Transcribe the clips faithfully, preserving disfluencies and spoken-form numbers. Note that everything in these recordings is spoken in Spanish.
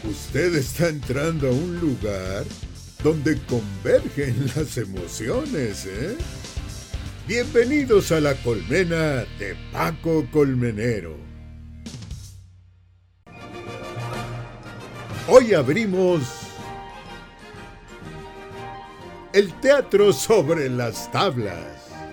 Usted está entrando a un lugar donde convergen las emociones, ¿eh? Bienvenidos a la colmena de Paco Colmenero. Hoy abrimos el teatro sobre las tablas.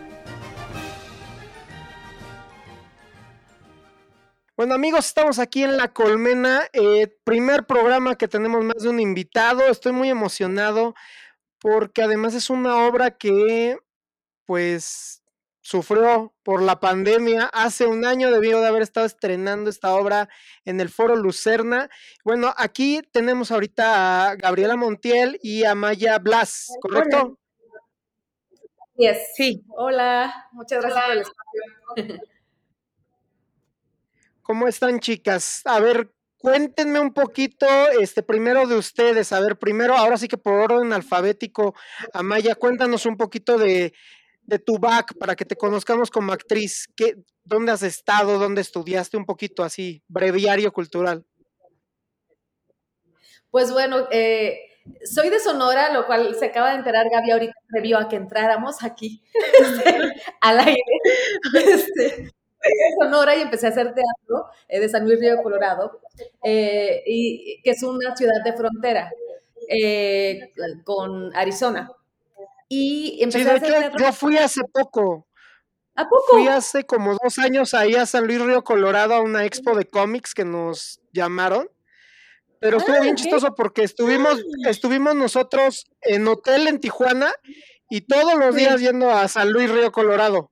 Bueno, amigos, estamos aquí en La Colmena, eh, primer programa que tenemos más de un invitado. Estoy muy emocionado porque además es una obra que, pues, sufrió por la pandemia. Hace un año debió de haber estado estrenando esta obra en el Foro Lucerna. Bueno, aquí tenemos ahorita a Gabriela Montiel y a Maya Blas, ¿correcto? Yes. Sí. Hola, muchas gracias Hola. por el espacio. ¿Cómo están, chicas? A ver, cuéntenme un poquito, este, primero de ustedes, a ver, primero, ahora sí que por orden alfabético, Amaya, cuéntanos un poquito de, de tu back, para que te conozcamos como actriz. ¿Qué, ¿Dónde has estado? ¿Dónde estudiaste? Un poquito así, breviario cultural. Pues bueno, eh, soy de Sonora, lo cual se acaba de enterar Gaby ahorita previo a que entráramos aquí este, al aire. Este, de Sonora y empecé a hacer teatro eh, de San Luis Río Colorado, eh, y, que es una ciudad de frontera eh, con Arizona. Y empecé sí, de a hacer hecho, teatro. Yo fui hace poco. ¿A poco? Fui hace como dos años ahí a San Luis Río Colorado a una expo de cómics que nos llamaron. Pero estuvo ah, bien okay. chistoso porque estuvimos, estuvimos nosotros en hotel en Tijuana y todos los sí. días yendo a San Luis Río Colorado.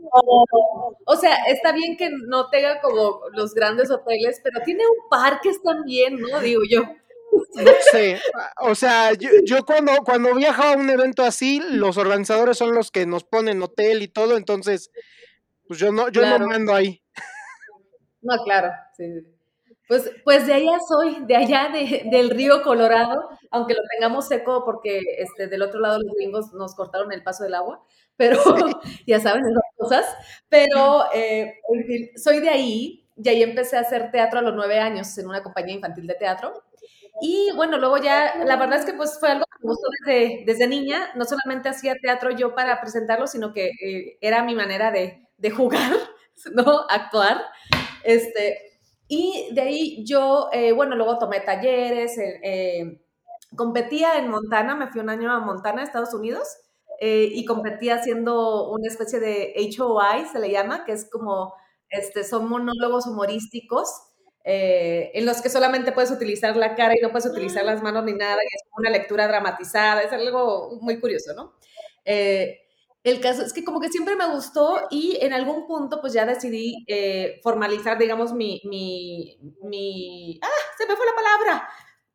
O sea, está bien que no tenga como los grandes hoteles, pero tiene un parques también, ¿no? Digo yo. No sé, o sea, yo, yo cuando, cuando viajo a un evento así, los organizadores son los que nos ponen hotel y todo, entonces, pues yo no, yo claro. no mando ahí. No, claro, sí. Pues, pues de allá soy, de allá de, del río Colorado, aunque lo tengamos seco porque este, del otro lado los gringos nos cortaron el paso del agua, pero sí. ya saben esas cosas, pero eh, soy de ahí y ahí empecé a hacer teatro a los nueve años en una compañía infantil de teatro. Y bueno, luego ya, la verdad es que pues fue algo que me gustó desde, desde niña, no solamente hacía teatro yo para presentarlo, sino que eh, era mi manera de, de jugar, ¿no? Actuar. Este, y de ahí yo, eh, bueno, luego tomé talleres, eh, eh, competía en Montana, me fui un año a Montana, Estados Unidos, eh, y competía haciendo una especie de H O I, se le llama, que es como, este, son monólogos humorísticos, eh, en los que solamente puedes utilizar la cara y no puedes utilizar las manos ni nada, y es como una lectura dramatizada, es algo muy curioso, ¿no? Eh, El caso es que como que siempre me gustó y en algún punto pues ya decidí eh, formalizar, digamos, mi, mi, mi... ¡Ah! Se me fue la palabra.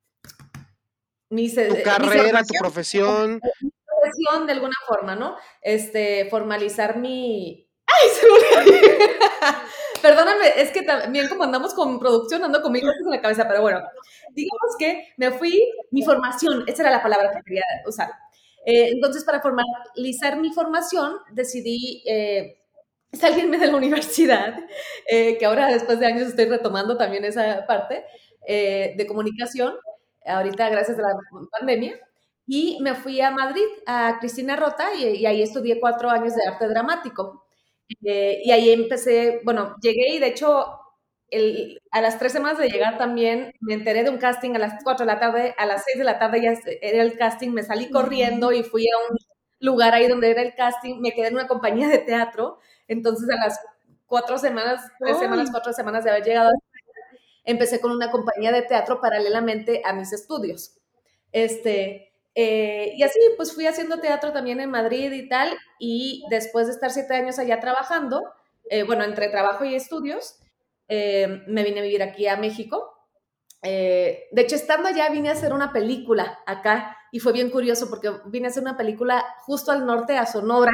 Mi, tu carrera, mi tu profesión. Mi profesión de alguna forma, ¿no? Este, formalizar mi... ¡Ay! Se me olvidó. Perdóname, es que también como andamos con producción, ando con mil cosas en la cabeza, pero bueno, digamos que me fui, mi formación, esa era la palabra que quería usar. Eh, entonces, para formalizar mi formación, decidí eh, salirme de la universidad, eh, que ahora después de años estoy retomando también esa parte eh, de comunicación, ahorita gracias a la pandemia, y me fui a Madrid, a Cristina Rota, y, y ahí estudié cuatro años de arte dramático. Eh, y ahí empecé, bueno, llegué y de hecho el, a las tres semanas de llegar también me enteré de un casting a las cuatro de la tarde, a las seis de la tarde ya era el casting, me salí corriendo y fui a un lugar ahí donde era el casting, me quedé en una compañía de teatro, entonces a las cuatro semanas, tres semanas, cuatro semanas de haber llegado, empecé con una compañía de teatro paralelamente a mis estudios. Este... Eh, y así pues fui haciendo teatro también en Madrid y tal, y después de estar siete años allá trabajando, eh, bueno, entre trabajo y estudios, eh, me vine a vivir aquí a México. Eh, de hecho, estando allá vine a hacer una película acá, y fue bien curioso porque vine a hacer una película justo al norte, a Sonora,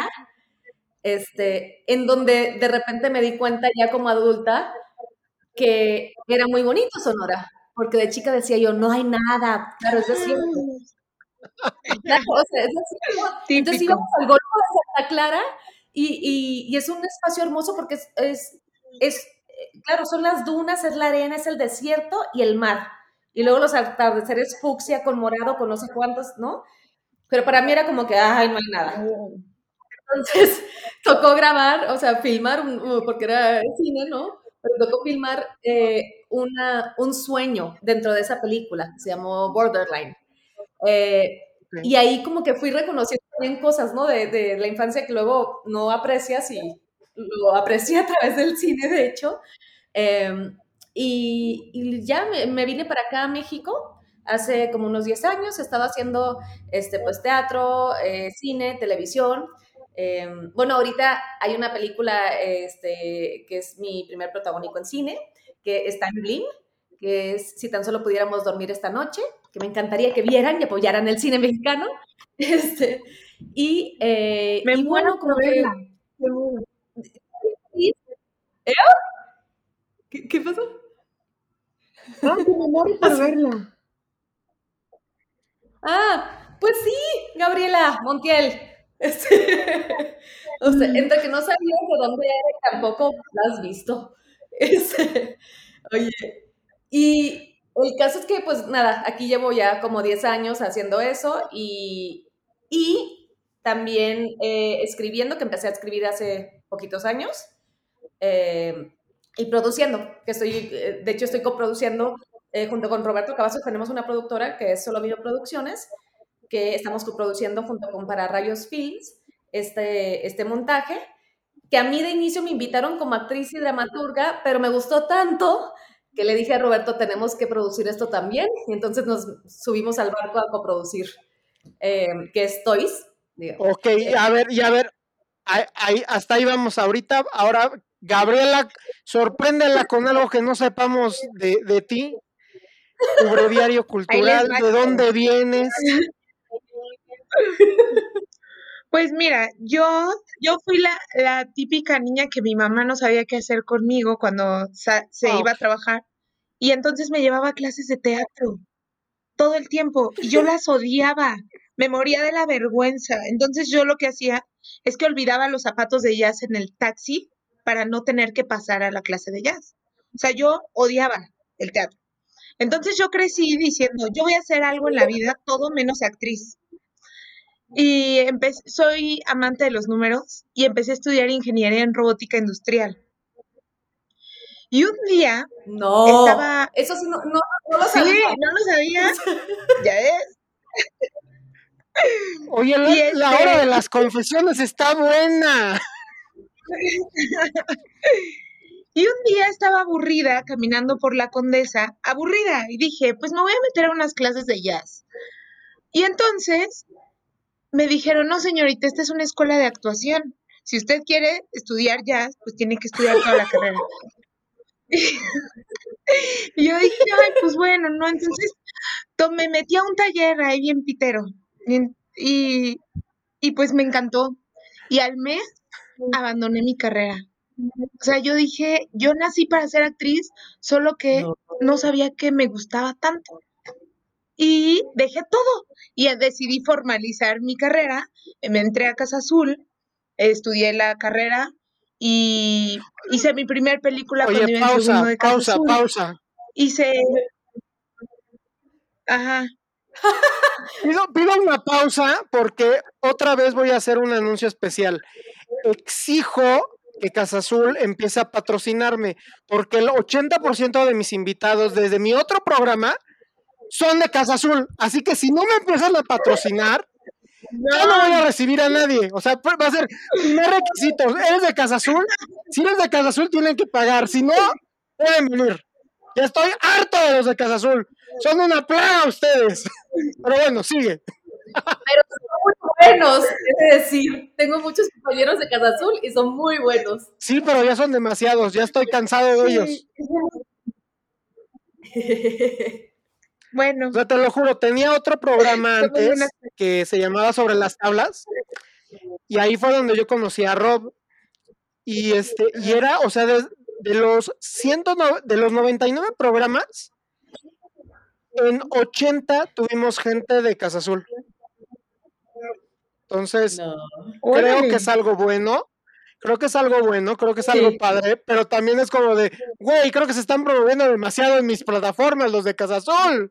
este, en donde de repente me di cuenta ya como adulta que era muy bonito Sonora, porque de chica decía yo, no hay nada, claro, es desierto. Claro, o sea, es así, entonces íbamos al Golfo de Santa Clara y, y, y es un espacio hermoso porque es, es, es, claro, son las dunas, es la arena, es el desierto y el mar. y luego los atardeceres fucsia con morado, con no sé cuántos, ¿no? Pero para mí era como que, ay, no hay nada. Entonces, tocó grabar, o sea, filmar, un, porque era cine, ¿no? Pero tocó filmar eh, una, un sueño dentro de esa película, que se llamó Borderline. Eh, Ok. y ahí como que fui reconociendo también cosas, ¿no? De, de la infancia que luego no aprecias y lo aprecié a través del cine, de hecho. Eh, y, y ya me, me vine para acá a México hace como unos diez años. Estaba haciendo este, pues, teatro, eh, cine, televisión. Eh, bueno, ahorita hay una película este, que es mi primer protagónico en cine, que está en Blim, que es Si tan solo pudiéramos dormir esta noche, que me encantaría que vieran y apoyaran el cine mexicano. Este, y, eh, Me y muero bueno, por como que... verla. Me muero. ¿Eh? ¿Qué, ¿Qué pasó? Ah, que me muero por verla. Ah, pues sí, Gabriela Montiel. Este, o sea, entre que no sabías de dónde era y tampoco la has visto. Este, oye, y el caso es que, pues nada, aquí llevo ya como diez años haciendo eso y, y también eh, escribiendo, que empecé a escribir hace poquitos años, eh, y produciendo, que estoy, eh, de hecho estoy coproduciendo eh, junto con Roberto Cavazos, tenemos una productora que es Solo Video Producciones, que estamos coproduciendo junto con Para Rayos Films este, este montaje, que a mí de inicio me invitaron como actriz y dramaturga, pero me gustó tanto que le dije a Roberto, tenemos que producir esto también, y entonces nos subimos al barco a coproducir, eh, que es Toys. Digo. Ok, a ver, y a ver, ahí, ahí, hasta ahí vamos ahorita. Ahora, Gabriela, sorpréndela con algo que no sepamos de, de ti. Tu breviario cultural, ¿de dónde vienes? Pues mira, yo, yo fui la, la típica niña que mi mamá no sabía qué hacer conmigo cuando sa- se Ah, iba a ok. trabajar y entonces me llevaba a clases de teatro todo el tiempo y yo las odiaba, me moría de la vergüenza. Entonces yo lo que hacía es que olvidaba los zapatos de jazz en el taxi para no tener que pasar a la clase de jazz. O sea, yo odiaba el teatro. Entonces yo crecí diciendo, yo voy a hacer algo en la vida, todo menos actriz. Y empecé, soy amante de los números y empecé a estudiar ingeniería en robótica industrial. Y un día No, estaba, eso sí, no, no, no lo sí, sabía. no lo sabía, ya es. Oye, la, Y la hora de este, las confesiones está buena. y un día estaba aburrida caminando por la Condesa, aburrida, y dije, pues me voy a meter a unas clases de jazz. Y entonces me dijeron, no señorita, esta es una escuela de actuación. Si usted quiere estudiar jazz, pues tiene que estudiar toda la carrera. Y yo dije, ay, pues bueno, ¿no? Entonces to- me metí a un taller ahí bien pitero. Y, y, y pues me encantó. Y al mes abandoné mi carrera. O sea, yo dije, yo nací para ser actriz, solo que No. no sabía que me gustaba tanto. Y dejé todo. Y decidí formalizar mi carrera. Me entré a Casa Azul, estudié la carrera y hice mi primer película Oye, cuando iba en segundo pausa, de Casa pausa, Azul. pausa. Hice, ajá, Pido, pido una pausa porque otra vez voy a hacer un anuncio especial. Exijo que Casa Azul empiece a patrocinarme, porque el ochenta por ciento de mis invitados desde mi otro programa son de Casa Azul. Así que si no me empiezan a patrocinar, ya no voy a recibir a nadie. O sea, va a ser primer requisito. ¿Eres de Casa Azul? Si eres de Casa Azul, tienen que pagar. Si no, pueden venir. Ya estoy harto de los de Casa Azul. Son una plaga ustedes. Pero bueno, sigue. Pero son muy buenos, es decir, tengo muchos compañeros de Casa Azul y son muy buenos. Sí, pero ya son demasiados. Ya estoy cansado de ellos. bueno, O sea, te lo juro, tenía otro programa somos una... antes que se llamaba Sobre las Tablas. Y ahí fue donde yo conocí a Rob. Y este, y era, o sea, de, de los ciento no, de los noventa y nueve programas, en ochenta tuvimos gente de Casa Azul. Entonces, No. creo Órale. que es algo bueno Creo que es algo bueno, creo que es Sí. algo padre, pero también es como de, güey, creo que se están promoviendo demasiado en mis plataformas los de Casa Azul.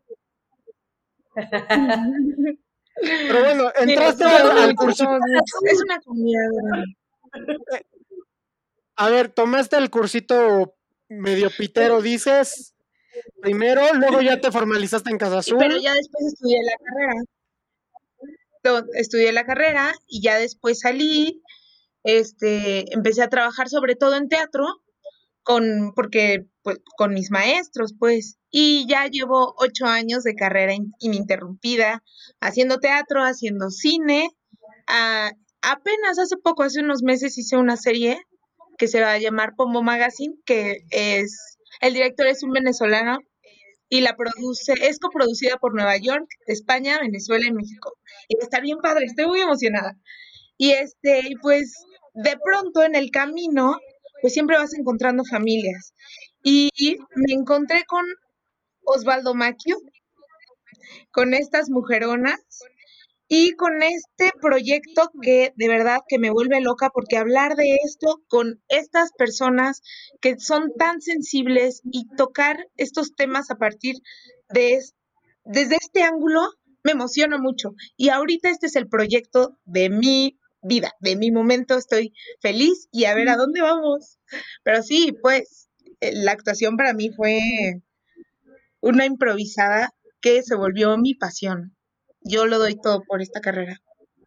Pero bueno, Mira, entraste yo al, no me al meto cursito. todos, es una comunidad grande. A ver, tomaste el cursito medio pitero, dices, primero, luego ya te formalizaste en Casa Y- Pero Azul. ya después estudié la carrera. To- Estudié la carrera y ya después salí, este, empecé a trabajar sobre todo en teatro, con, porque, pues, con mis maestros, pues, y ya llevo ocho años de carrera in- ininterrumpida, haciendo teatro, haciendo cine. Ah, apenas hace poco, hace unos meses, hice una serie que se va a llamar Pombo Magazine, que es, el director es un venezolano y la produce, es coproducida por Nueva York, España, Venezuela y México. Y va a estar bien padre, estoy muy emocionada. Y este, y pues de pronto en el camino, pues siempre vas encontrando familias. Y me encontré con Osvaldo Macchio, con estas mujeronas y con este proyecto que de verdad que me vuelve loca porque hablar de esto con estas personas que son tan sensibles y tocar estos temas a partir de es- desde este ángulo me emociona mucho. Y ahorita este es el proyecto de mi vida, de mi momento. Estoy feliz y a ver a dónde vamos. Pero sí, pues eh, la actuación para mí fue una improvisada que se volvió mi pasión. Yo lo doy todo por esta carrera.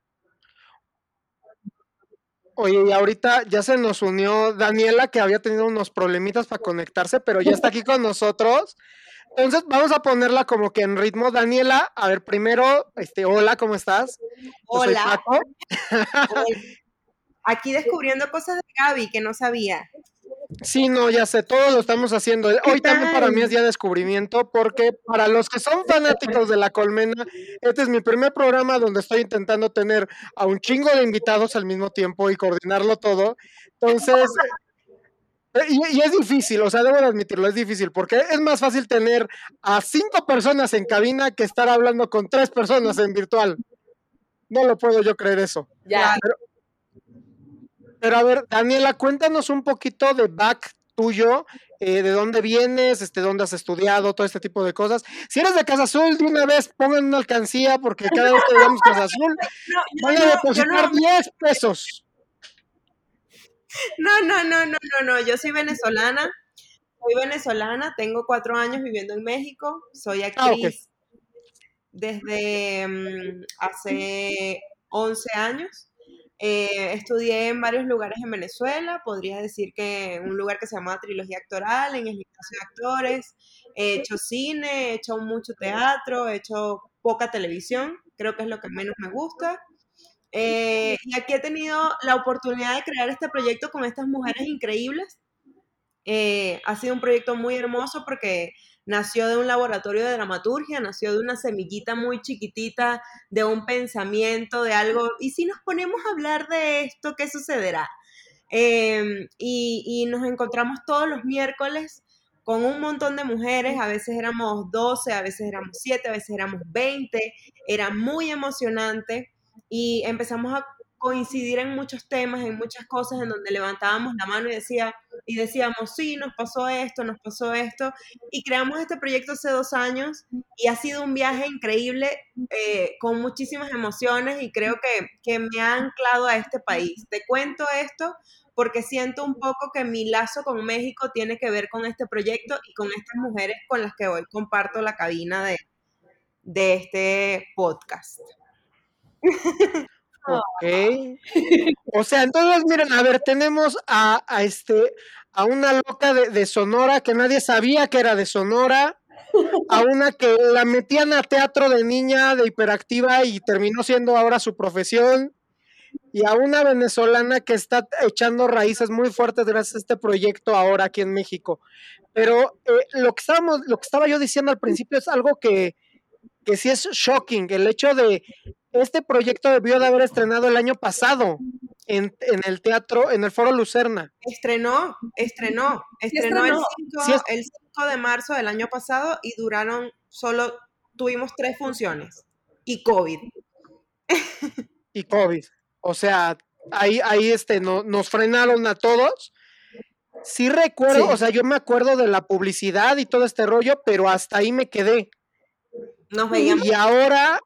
Oye, y ahorita ya se nos unió Daniela, que había tenido unos problemitas para conectarse, pero ya está aquí con nosotros. Entonces vamos a ponerla como que en ritmo. Daniela, a ver, primero, este, hola, ¿cómo estás? Yo soy Hola, Paco. hola. Aquí descubriendo cosas de Gaby que no sabía. Sí, no, ya sé, todo lo estamos haciendo. ¿Qué Hoy también para mí es tal? día de descubrimiento, porque para los que son fanáticos de La Colmena, este es mi primer programa donde estoy intentando tener a un chingo de invitados al mismo tiempo y coordinarlo todo. Entonces, eh, y, y es difícil, o sea, debo de admitirlo, es difícil, porque es más fácil tener a cinco personas en cabina que estar hablando con tres personas en virtual. No lo puedo yo creer eso. Ya. Pero, pero a ver, Daniela, cuéntanos un poquito de back tuyo, eh, de dónde vienes, este, dónde has estudiado, todo este tipo de cosas. Si eres de Casa Azul, de una vez pongan una alcancía, porque cada vez que digamos Casa Azul, No, van yo a no, yo depositar no, diez pesos. no, no, no, no, no, no, yo soy venezolana, soy venezolana, tengo cuatro años viviendo en México, soy Ah, ok. actriz desde mm, hace once años. Eh, estudié en varios lugares en Venezuela, podría decir que un lugar que se llama Trilogía Actoral, en el gimnasio de actores. He hecho cine, he hecho mucho teatro, he hecho poca televisión, creo que es lo que menos me gusta. Eh, y aquí he tenido la oportunidad de crear este proyecto con estas mujeres increíbles. Eh, ha sido un proyecto muy hermoso porque nació de un laboratorio de dramaturgia, nació de una semillita muy chiquitita, de un pensamiento, de algo. ¿Y si nos ponemos a hablar de esto, qué sucederá? Eh, y, y nos encontramos todos los miércoles con un montón de mujeres, a veces éramos doce, a veces éramos siete, a veces éramos veinte, era muy emocionante y empezamos a coincidir en muchos temas, en muchas cosas, en donde levantábamos la mano y, decía, y decíamos, sí, nos pasó esto, nos pasó esto, y creamos este proyecto hace dos años y ha sido un viaje increíble, eh, con muchísimas emociones y creo que, que me ha anclado a este país. Te cuento esto porque siento un poco que mi lazo con México tiene que ver con este proyecto y con estas mujeres con las que hoy comparto la cabina de, de este podcast. Ok. O sea, entonces, miren, a ver, tenemos a, a este, a una loca de, de Sonora que nadie sabía que era de Sonora, a una que la metían a teatro de niña, de hiperactiva y terminó siendo ahora su profesión, y a una venezolana que está echando raíces muy fuertes gracias a este proyecto ahora aquí en México. Pero eh, lo que estábamos, lo que estaba yo diciendo al principio es algo que, que sí es shocking, el hecho de este proyecto debió de haber estrenado el año pasado en, en el teatro, en el Foro Lucerna. Estrenó, estrenó, estrenó, estrenó? El, cinco, Sí es- el cinco de marzo del año pasado y duraron solo, tuvimos tres funciones y COVID. Y COVID. O sea, ahí, ahí este, no, nos frenaron a todos. Sí recuerdo, Sí. o sea, yo me acuerdo de la publicidad y todo este rollo, pero hasta ahí me quedé. Nos veíamos. Y ahora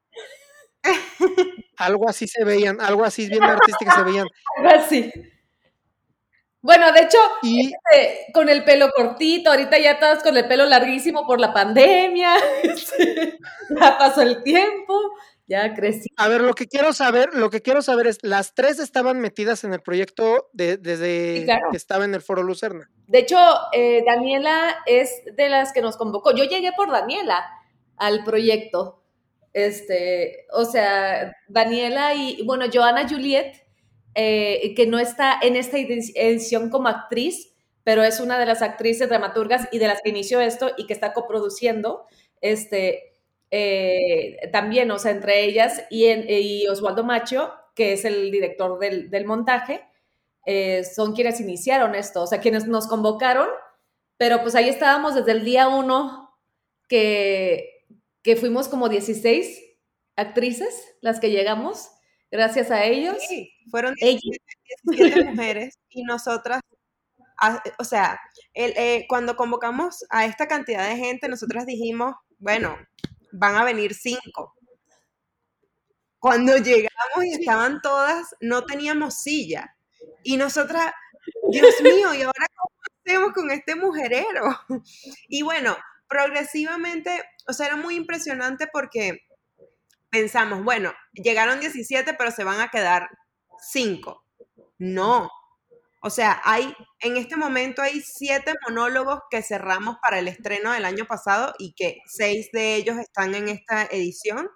algo así se veían, algo así bien artísticas se veían. Algo así. Bueno, de hecho, Y este, con el pelo cortito, ahorita ya todas con el pelo larguísimo por la pandemia, este, ya pasó el tiempo, ya crecí. a ver, lo que quiero saber, lo que quiero saber es, las tres estaban metidas en el proyecto de, desde Sí, claro. que estaba en el Foro Lucerna. De hecho, eh, Daniela es de las que nos convocó. Yo llegué por Daniela al proyecto. Este, o sea, Daniela y, bueno, Joana Juliet, eh, que no está en esta edición como actriz, pero es una de las actrices dramaturgas y de las que inició esto y que está coproduciendo, este, eh, también, o sea, entre ellas y, en, y Osvaldo Macho, que es el director del, del montaje, eh, son quienes iniciaron esto, o sea, quienes nos convocaron, pero pues ahí estábamos desde el día uno que, que fuimos como dieciséis actrices las que llegamos, gracias a ellos. Sí, fueron Ella- diecisiete mujeres y nosotras, a- o sea, el, eh, cuando convocamos a esta cantidad de gente, nosotras dijimos, bueno, van a venir cinco. Cuando llegamos y estaban todas, no teníamos silla. Y nosotras, Dios mío, ¿y ahora cómo hacemos con este mujerero? Y bueno, progresivamente, o sea, era muy impresionante porque pensamos, bueno, llegaron diecisiete, pero se van a quedar cinco. No. O sea, hay, en este momento hay siete monólogos que cerramos para el estreno del año pasado y que seis de ellos están en esta edición.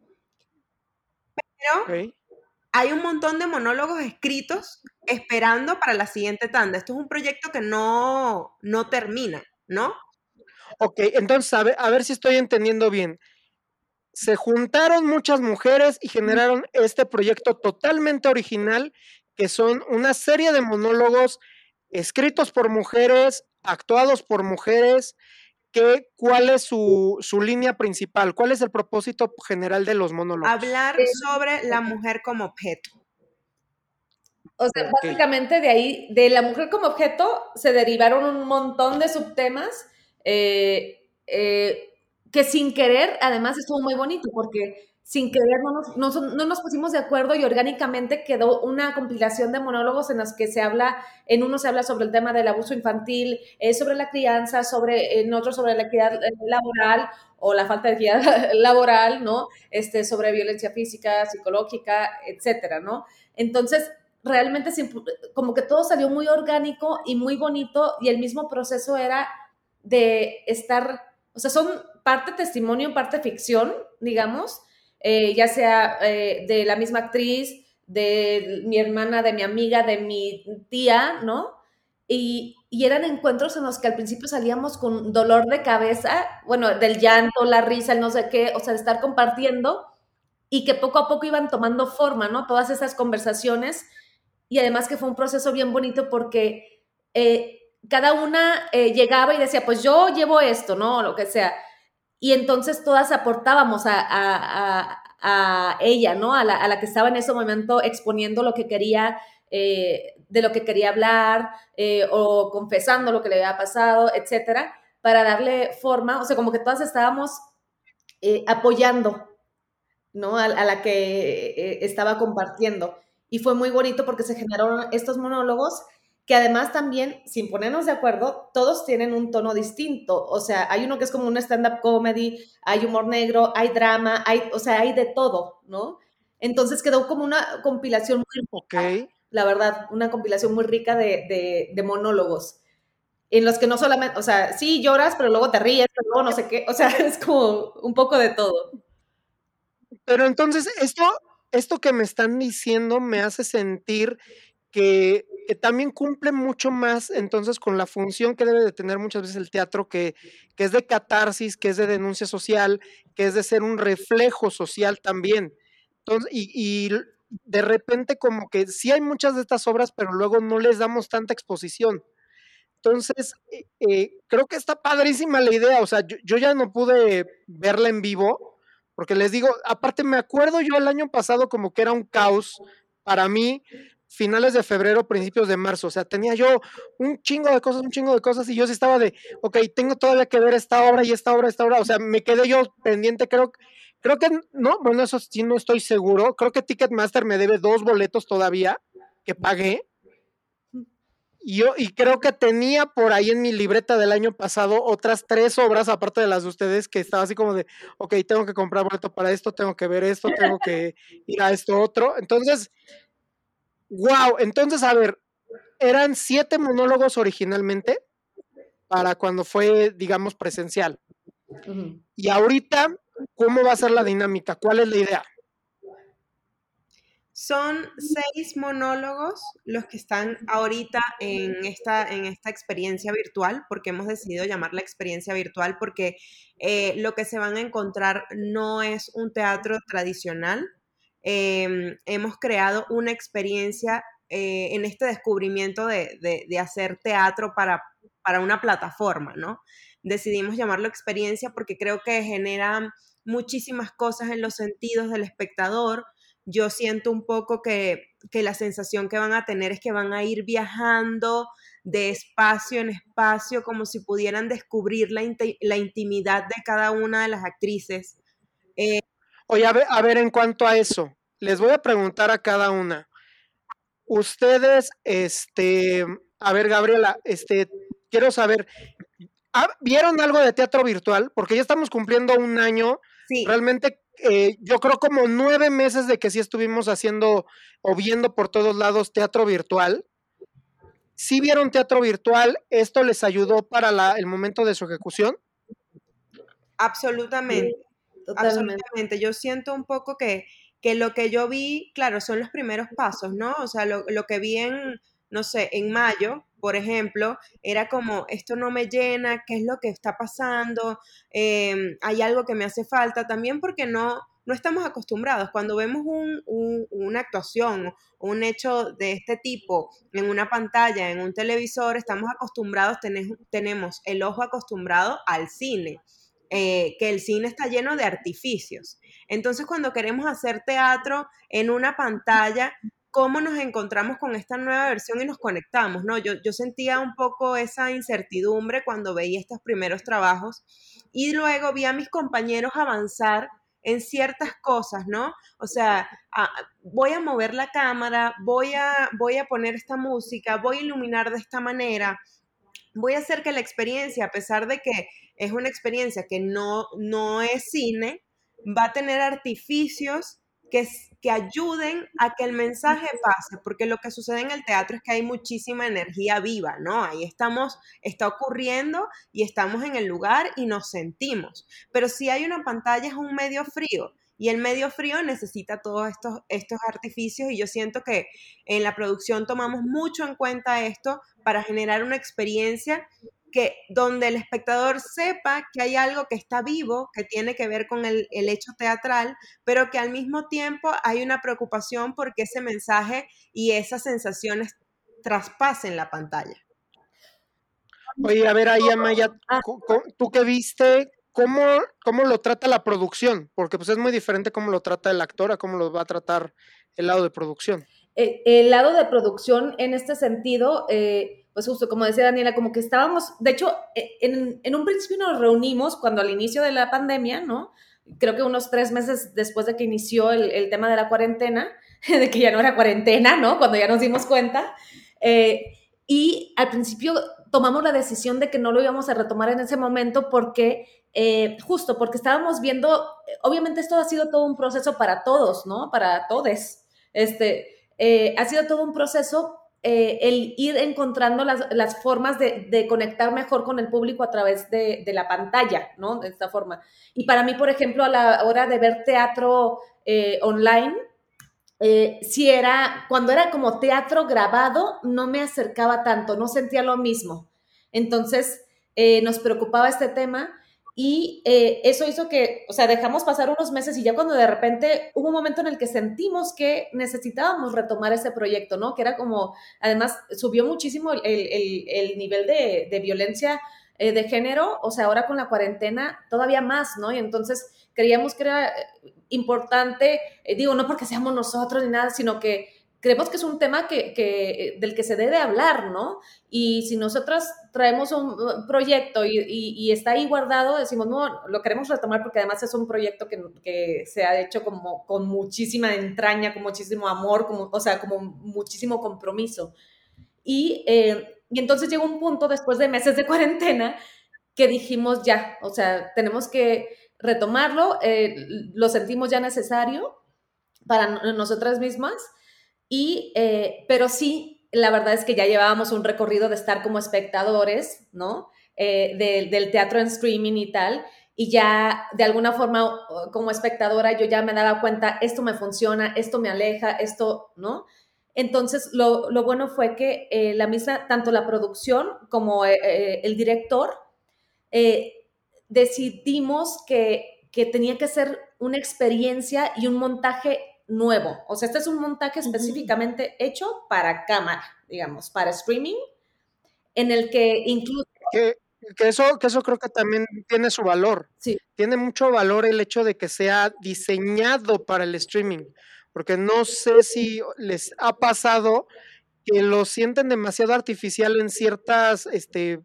Pero ¿Okay? hay un montón de monólogos escritos esperando para la siguiente tanda. Esto es un proyecto que no, no termina, ¿no? Ok, entonces a ver, a ver si estoy entendiendo bien. Se juntaron muchas mujeres y generaron este proyecto totalmente original, que son una serie de monólogos escritos por mujeres, actuados por mujeres. Que, ¿cuál es su, su línea principal? ¿Cuál es el propósito general de los monólogos? Hablar sobre la mujer como objeto. O sea, Ok. básicamente de ahí, de la mujer como objeto, se derivaron un montón de subtemas eh, eh, que sin querer, además estuvo muy bonito, porque sin querer no nos, no, no nos pusimos de acuerdo y orgánicamente quedó una compilación de monólogos en los que se habla, en uno se habla sobre el tema del abuso infantil, eh, sobre la crianza, sobre, en otro sobre la equidad laboral o la falta de equidad laboral, ¿no? Este, sobre violencia física, psicológica, etcétera, ¿no? Entonces, realmente como que todo salió muy orgánico y muy bonito y el mismo proceso era de estar, o sea, son parte testimonio, parte ficción, digamos, eh, ya sea eh, de la misma actriz, de mi hermana, de mi amiga, de mi tía, ¿no? Y, y eran encuentros en los que al principio salíamos con dolor de cabeza, bueno, del llanto, la risa, el no sé qué, o sea, de estar compartiendo y que poco a poco iban tomando forma, ¿no? Todas esas conversaciones. Y además que fue un proceso bien bonito porque eh, cada una eh, llegaba y decía, pues yo llevo esto, ¿no? O lo que sea. Y entonces todas aportábamos a, a, a, a ella, ¿no? A la, a la que estaba en ese momento exponiendo lo que quería, eh, de lo que quería hablar, eh, o confesando lo que le había pasado, etcétera, para darle forma, o sea, como que todas estábamos eh, apoyando, ¿no? A, a la que eh, estaba compartiendo. Y fue muy bonito porque se generaron estos monólogos que además también, sin ponernos de acuerdo, todos tienen un tono distinto. O sea, hay uno que es como un stand-up comedy, hay humor negro, hay drama, hay, o sea, hay de todo, ¿no? Entonces quedó como una compilación muy rica, Ok. la verdad, una compilación muy rica de, de, de monólogos. En los que no solamente, o sea, sí lloras, pero luego te ríes, pero luego no sé qué. O sea, es como un poco de todo. Pero entonces, esto, esto que me están diciendo me hace sentir que, que también cumple mucho más entonces con la función que debe de tener muchas veces el teatro, que, que es de catarsis, que es de denuncia social, que es de ser un reflejo social también. Entonces, y, y de repente como que sí hay muchas de estas obras, pero luego no les damos tanta exposición. Entonces, eh, eh, creo que está padrísima la idea. O sea, yo, yo ya no pude verla en vivo, porque les digo, aparte me acuerdo yo el año pasado como que era un caos para mí, finales de febrero, principios de marzo. O sea, tenía yo un chingo de cosas, un chingo de cosas, y yo sí estaba de, ok, tengo todavía que ver esta obra y esta obra, esta obra. O sea, me quedé yo pendiente, creo, creo que, no, bueno, eso sí no estoy seguro. Creo que Ticketmaster me debe dos boletos todavía que pagué. Y yo, y creo que tenía por ahí en mi libreta del año pasado otras tres obras, aparte de las de ustedes, que estaba así como de, ok, tengo que comprar boleto para esto, tengo que ver esto, tengo que ir a esto otro. Entonces, wow, entonces, a ver, eran siete monólogos originalmente para cuando fue, digamos, presencial. Uh-huh. Y ahorita, ¿cómo va a ser la dinámica? ¿Cuál es la idea? Son seis monólogos los que están ahorita en esta, en esta experiencia virtual, porque hemos decidido llamarla experiencia virtual, porque eh, lo que se van a encontrar no es un teatro tradicional. Eh, hemos creado una experiencia eh, en este descubrimiento de, de, de hacer teatro para, para una plataforma, ¿no? Decidimos llamarlo experiencia porque creo que genera muchísimas cosas en los sentidos del espectador. Yo siento un poco que, que la sensación que van a tener es que van a ir viajando de espacio en espacio, como si pudieran descubrir la, inti- la intimidad de cada una de las actrices. Eh, Oye, a ver, a ver, en cuanto a eso, les voy a preguntar a cada una. Ustedes, este, a ver, Gabriela, este, quiero saber, ¿vieron algo de teatro virtual? Porque ya estamos cumpliendo un año. Sí. Realmente, eh, yo creo como nueve meses de que sí estuvimos haciendo o viendo por todos lados teatro virtual. ¿Sí vieron teatro virtual? ¿Esto les ayudó para la, el momento de su ejecución? Absolutamente. Sí, absolutamente. Yo siento un poco que, que lo que yo vi, claro, son los primeros pasos, ¿no? O sea, lo, lo que vi en, no sé, en mayo, por ejemplo, era como, esto no me llena, ¿qué es lo que está pasando? Eh, hay algo que me hace falta, también porque no, no estamos acostumbrados. Cuando vemos un, un, una actuación, un hecho de este tipo en una pantalla, en un televisor, estamos acostumbrados, tenemos, tenemos el ojo acostumbrado al cine. Eh, que el cine está lleno de artificios. Entonces, cuando queremos hacer teatro en una pantalla, ¿cómo nos encontramos con esta nueva versión y nos conectamos? ¿No? Yo, yo sentía un poco esa incertidumbre cuando veía estos primeros trabajos y luego vi a mis compañeros avanzar en ciertas cosas, ¿no? O sea, a, voy a mover la cámara, voy a, voy a poner esta música, voy a iluminar de esta manera, voy a hacer que la experiencia, a pesar de que es una experiencia que no, no es cine, va a tener artificios que, que ayuden a que el mensaje pase, porque lo que sucede en el teatro es que hay muchísima energía viva, ¿no? Ahí estamos, está ocurriendo y estamos en el lugar y nos sentimos. Pero si hay una pantalla es un medio frío, y el medio frío necesita todos estos, estos artificios, y yo siento que en la producción tomamos mucho en cuenta esto para generar una experiencia que, donde el espectador sepa que hay algo que está vivo, que tiene que ver con el, el hecho teatral, pero que al mismo tiempo hay una preocupación porque ese mensaje y esas sensaciones traspasen la pantalla. Oye, a ver, ahí, Amaya, ¿tú qué viste? ¿Cómo, ¿Cómo lo trata la producción? Porque pues es muy diferente cómo lo trata el actor a cómo lo va a tratar el lado de producción. El, el lado de producción en este sentido, eh, pues justo como decía Daniela, como que estábamos, de hecho, en, en un principio nos reunimos cuando al inicio de la pandemia, ¿no? Creo que unos tres meses después de que inició el, el tema de la cuarentena, de que ya no era cuarentena, ¿no? Cuando ya nos dimos cuenta. Eh, y al principio tomamos la decisión de que no lo íbamos a retomar en ese momento porque, eh, justo porque estábamos viendo, obviamente esto ha sido todo un proceso para todos, ¿no? Para todes. Este, eh, ha sido todo un proceso eh, el ir encontrando las, las formas de, de conectar mejor con el público a través de, de la pantalla, ¿no? De esta forma. Y para mí, por ejemplo, a la hora de ver teatro eh, online, Eh, si era, cuando era como teatro grabado, no me acercaba tanto, no sentía lo mismo. Entonces, eh, nos preocupaba este tema y eh, eso hizo que, o sea, dejamos pasar unos meses y ya cuando de repente hubo un momento en el que sentimos que necesitábamos retomar ese proyecto, ¿no? Que era como, además, subió muchísimo el, el, el nivel de, de violencia eh, de género, o sea, ahora con la cuarentena todavía más, ¿no? Y entonces creíamos que era importante, eh, digo, no porque seamos nosotros ni nada, sino que creemos que es un tema que, que, del que se debe hablar, ¿no? Y si nosotros traemos un proyecto y, y, y está ahí guardado, decimos, no, lo queremos retomar porque además es un proyecto que, que se ha hecho como con muchísima entraña, con muchísimo amor, como, o sea, como muchísimo compromiso. Y, eh, y entonces llegó un punto después de meses de cuarentena que dijimos ya, o sea, tenemos que retomarlo, eh, lo sentimos ya necesario para nosotras mismas. Y, eh, pero sí, la verdad es que ya llevábamos un recorrido de estar como espectadores, ¿no? Eh, de, del teatro en streaming y tal, y ya de alguna forma como espectadora yo ya me daba cuenta, esto me funciona, esto me aleja, esto, ¿no? Entonces, lo, lo bueno fue que eh, la misma, tanto la producción como eh, eh, el director, eh, decidimos que, que tenía que ser una experiencia y un montaje nuevo. O sea, este es un montaje específicamente uh-huh. hecho para cámara, digamos, para streaming, en el que incluso... Que, que, eso, que eso creo que también tiene su valor. Sí. Tiene mucho valor el hecho de que sea diseñado para el streaming, porque no sé si les ha pasado que lo sienten demasiado artificial en ciertas, este,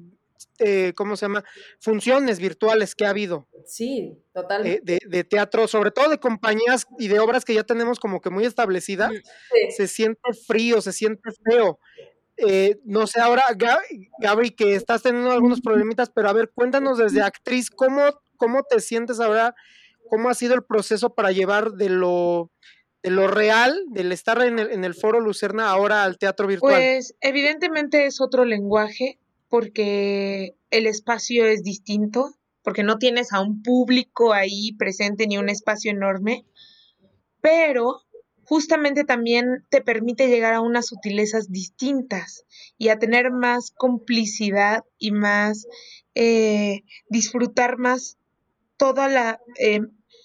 eh, ¿cómo se llama? Funciones virtuales que ha habido. Sí, totalmente. De, de, de teatro, sobre todo de compañías y de obras que ya tenemos como que muy establecidas, sí. Se siente frío, se siente feo. Eh, no sé, ahora, Gaby, que estás teniendo algunos problemitas, pero a ver, cuéntanos desde actriz, ¿cómo, cómo te sientes ahora? ¿Cómo ha sido el proceso para llevar de lo, de lo real, del estar en el, en el Foro Lucerna ahora al teatro virtual? Pues evidentemente es otro lenguaje, porque el espacio es distinto, porque no tienes a un público ahí presente ni un espacio enorme, pero justamente también te permite llegar a unas sutilezas distintas y a tener más complicidad y más, eh, disfrutar más toda la, eh,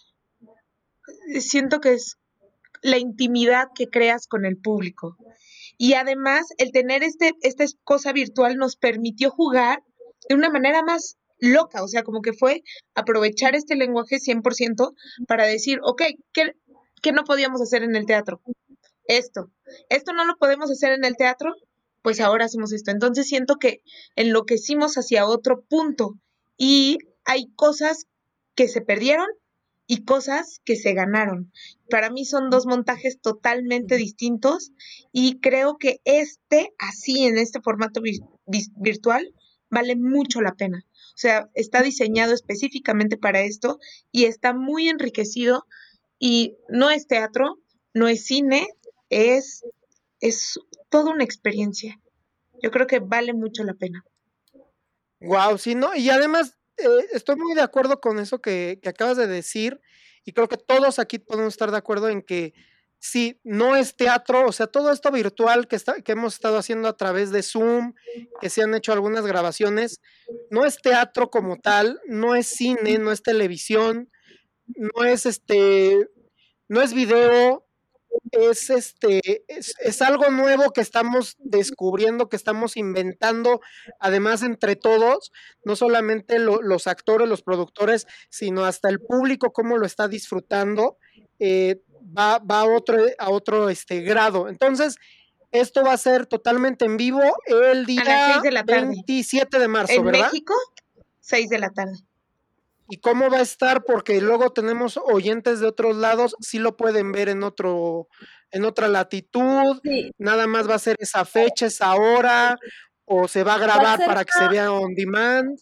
siento que es la intimidad que creas con el público. Y además, el tener este, esta cosa virtual nos permitió jugar de una manera más loca, o sea, como que fue aprovechar este lenguaje cien por ciento para decir, ok, ¿qué, ¿qué no podíamos hacer en el teatro? Esto. Esto no lo podemos hacer en el teatro, pues ahora hacemos esto. Entonces siento que enloquecimos hacia otro punto y hay cosas que se perdieron y cosas que se ganaron. Para mí son dos montajes totalmente distintos y creo que este, así en este formato vi- vi- virtual, vale mucho la pena. O sea, está diseñado específicamente para esto y está muy enriquecido y no es teatro, no es cine, es, es toda una experiencia. Yo creo que vale mucho la pena. Wow, sí, ¿no? Y además eh, estoy muy de acuerdo con eso que, que acabas de decir y creo que todos aquí podemos estar de acuerdo en que sí, no es teatro, o sea, todo esto virtual que, está, que hemos estado haciendo a través de Zoom, que se han hecho algunas grabaciones, no es teatro como tal, no es cine, no es televisión, no es este, no es video, es este, es, es algo nuevo que estamos descubriendo, que estamos inventando, además entre todos, no solamente lo, los actores, los productores, sino hasta el público, cómo lo está disfrutando, eh, va, va a otro, a otro este, grado. Entonces, esto va a ser totalmente en vivo el día a las seis de la tarde. veintisiete de marzo, en ¿verdad? México, seis de la tarde. ¿Y cómo va a estar? Porque luego tenemos oyentes de otros lados, sí lo pueden ver en otro, en otra latitud, Sí. Nada más va a ser esa fecha, esa hora, o se va a grabar Va a para que una, se vea on demand.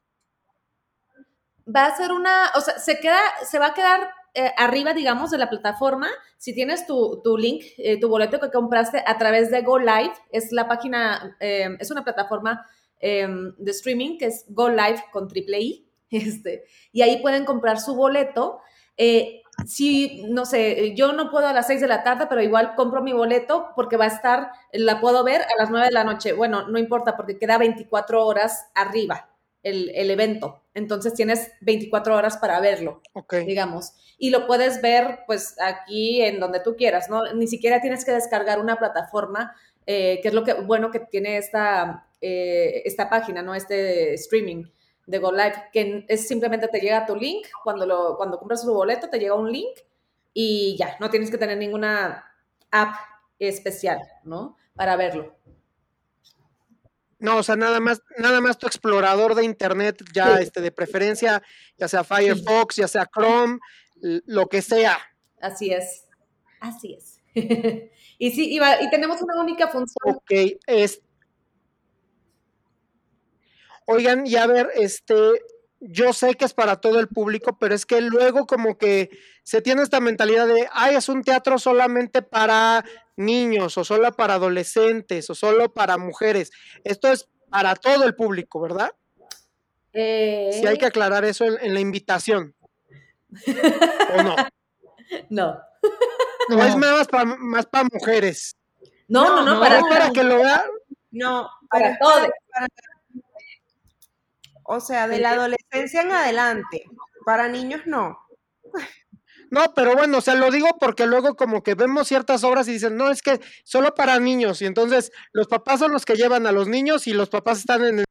Va a ser una, o sea, se queda, se va a quedar eh, arriba, digamos, de la plataforma. Si tienes tu, tu link, eh, tu boleto que compraste a través de Go Live, es la página, eh, es una plataforma eh, de streaming que es Go Live con triple I. Este, y ahí pueden comprar su boleto. Eh, si, no sé, yo no puedo a las seis de la tarde, pero igual compro mi boleto porque va a estar, la puedo ver a las nueve de la noche. Bueno, no importa porque queda veinticuatro horas arriba el, el evento. Entonces tienes veinticuatro horas para verlo, okay. digamos. Y lo puedes ver pues aquí en donde tú quieras, ¿no? Ni siquiera tienes que descargar una plataforma, eh, que es lo que, bueno que tiene esta, eh, esta página, ¿no? Este streaming de Go Live, que es simplemente te llega tu link, cuando, lo, cuando compras tu boleto te llega un link y ya, no tienes que tener ninguna app especial, ¿no? Para verlo. No, o sea, nada más, nada más tu explorador de internet, ya Sí. este, de preferencia, ya sea Firefox, ya sea Chrome, l- lo que sea. Así es, así es. Y sí, y, va- y tenemos una única función. Ok, es, oigan, y a ver, este, yo sé que es para todo el público, pero es que luego como que se tiene esta mentalidad de, ay, es un teatro solamente para niños, o solo para adolescentes, o solo para mujeres. Esto es para todo el público, ¿verdad? Sí hay Eh, que aclarar eso en, en la invitación, ¿o no? no, O es No, más para más para mujeres. no, no, no, no, para, Es para que lo vean. No, pero para es para, todos. para- o sea, de eh, la adolescencia en adelante. Para niños no. No, pero bueno, o sea, lo digo porque luego como que vemos ciertas obras y dicen, no, es que solo para niños. Y entonces los papás son los que llevan a los niños y los papás están en el...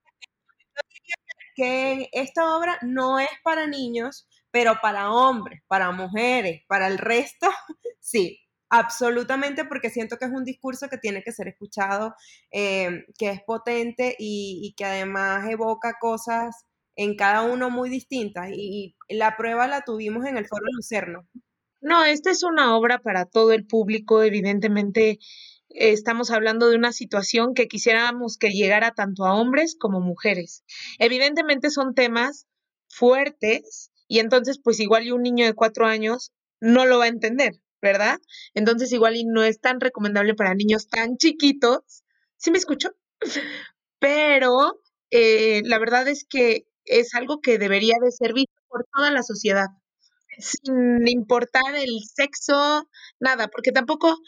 Que esta obra no es para niños, pero para hombres, para mujeres, para el resto, sí, absolutamente, porque siento que es un discurso que tiene que ser escuchado, eh, que es potente y, y que además evoca cosas en cada uno muy distintas. Y, y la prueba la tuvimos en el Foro Lucerno. no, esta es una obra para todo el público. Evidentemente, eh, estamos hablando de una situación que quisiéramos que llegara tanto a hombres como mujeres. Evidentemente son temas fuertes y entonces pues igual y un niño de cuatro años no lo va a entender, ¿verdad? Entonces igual y no es tan recomendable para niños tan chiquitos. ¿Sí me escucho? Pero eh, la verdad es que es algo que debería de ser visto por toda la sociedad sin importar el sexo, nada, porque tampoco,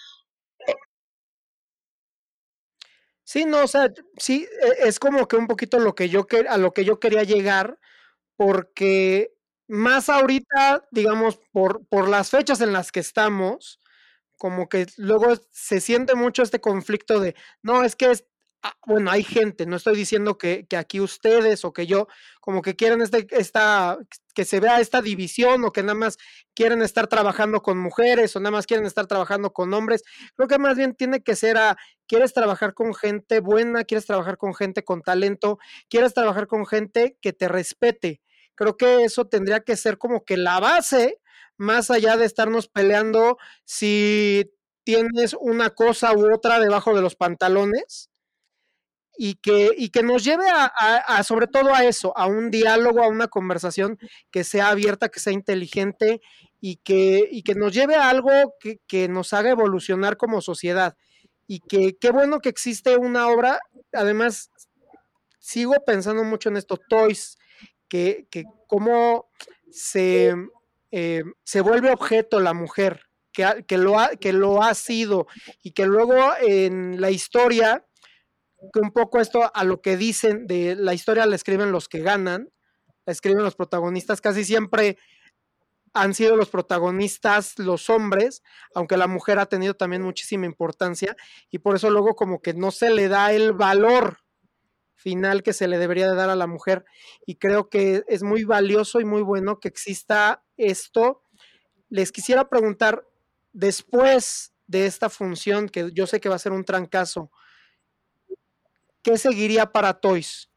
Sí, no, o sea, sí, e- es como que un poquito lo que yo que, a lo que yo quería llegar, porque más ahorita, digamos, por, por las fechas en las que estamos, como que luego se siente mucho este conflicto de, no, es que es, ah, bueno, hay gente, no estoy diciendo que, que aquí ustedes o que yo, como que quieren este, esta, que se vea esta división o que nada más quieren estar trabajando con mujeres o nada más quieren estar trabajando con hombres. Creo que más bien tiene que ser a, quieres trabajar con gente buena, quieres trabajar con gente con talento, quieres trabajar con gente que te respete. Creo que eso tendría que ser como que la base, más allá de estarnos peleando si tienes una cosa u otra debajo de los pantalones y que, y que nos lleve a, a, a, sobre todo a eso, a un diálogo, a una conversación que sea abierta, que sea inteligente y que, y que nos lleve a algo que, que nos haga evolucionar como sociedad. Y que qué bueno que existe una obra, además sigo pensando mucho en esto, Toys, que, que cómo se, eh, se vuelve objeto la mujer, que, ha, que, lo ha, que lo ha sido, y que luego en la historia, que un poco esto a lo que dicen de la historia la escriben los que ganan, la escriben los protagonistas, casi siempre han sido los protagonistas los hombres, aunque la mujer ha tenido también muchísima importancia, y por eso luego como que no se le da el valor final que se le debería de dar a la mujer, y creo que es muy valioso y muy bueno que exista esto. Les quisiera preguntar, después de esta función, que yo sé que va a ser un trancazo, ¿qué seguiría para Toys?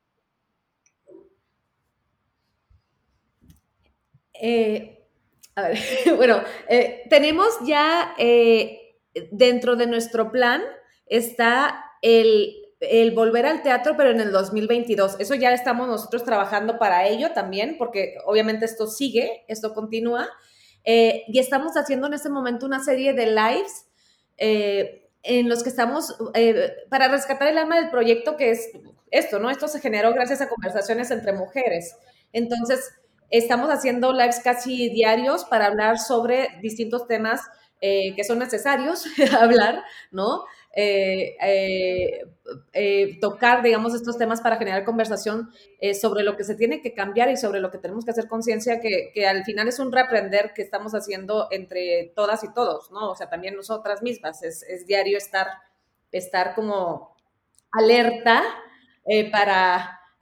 Eh, a ver, bueno, eh, tenemos ya eh, dentro de nuestro plan está el, el volver al teatro, pero en el dos mil veintidós. Eso ya estamos nosotros trabajando para ello también, porque obviamente esto sigue, esto continúa. Eh, y estamos haciendo en este momento una serie de lives eh, en los que estamos, eh, para rescatar el alma del proyecto, que es esto, ¿no? Esto se generó gracias a conversaciones entre mujeres. Entonces, estamos haciendo lives casi diarios para hablar sobre distintos temas eh, que son necesarios hablar, ¿no? Eh, eh, eh, tocar, digamos, estos temas para generar conversación eh, sobre lo que se tiene que cambiar y sobre lo que tenemos que hacer conciencia, que, que al final es un reaprender que estamos haciendo entre todas y todos, ¿no? O sea, también nosotras mismas, es, es diario estar, estar como alerta eh, para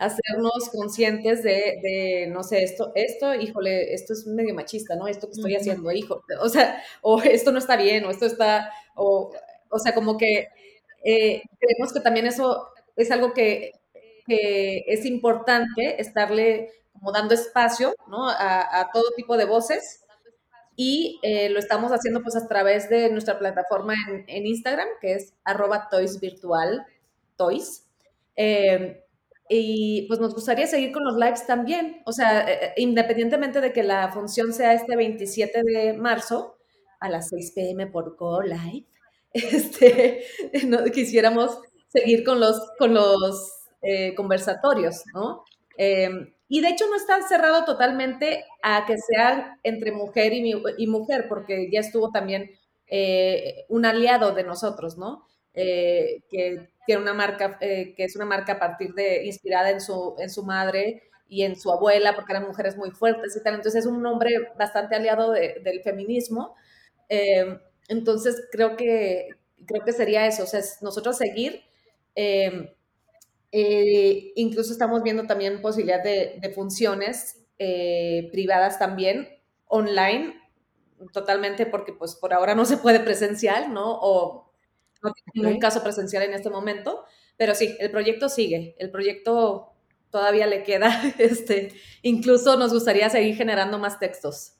hacernos conscientes de, de, no sé, esto, esto, híjole, esto es medio machista, ¿no? Esto que estoy haciendo, hijo, o sea, o esto no está bien, o esto está, o, o sea, como que eh, creemos que también eso es algo que, que es importante estarle como dando espacio, ¿no? A, a todo tipo de voces y eh, lo estamos haciendo pues a través de nuestra plataforma en, en Instagram, que es arroba toys virtual, toys. Eh, y pues nos gustaría seguir con los lives también, o sea, eh, independientemente de que la función sea este veintisiete de marzo a las seis p m por Go Live, este, no, quisiéramos seguir con los, con los eh, conversatorios, ¿no? Eh, y de hecho no está cerrado totalmente a que sea entre mujer y, y mujer, porque ya estuvo también eh, un aliado de nosotros, ¿no? Eh, que tiene una marca, eh, que es una marca a partir de, inspirada en su, en su madre y en su abuela, porque eran mujeres muy fuertes y tal. Entonces es un hombre bastante aliado de, del feminismo. Eh, entonces creo que, creo que sería eso, o sea, es nosotros seguir. Eh, eh, incluso estamos viendo también posibilidad de, de funciones eh, privadas también, online, totalmente, porque pues por ahora no se puede presencial, ¿no? O no tiene ningún Ok. caso presencial en este momento, pero sí, el proyecto sigue, el proyecto todavía le queda, este, incluso nos gustaría seguir generando más textos.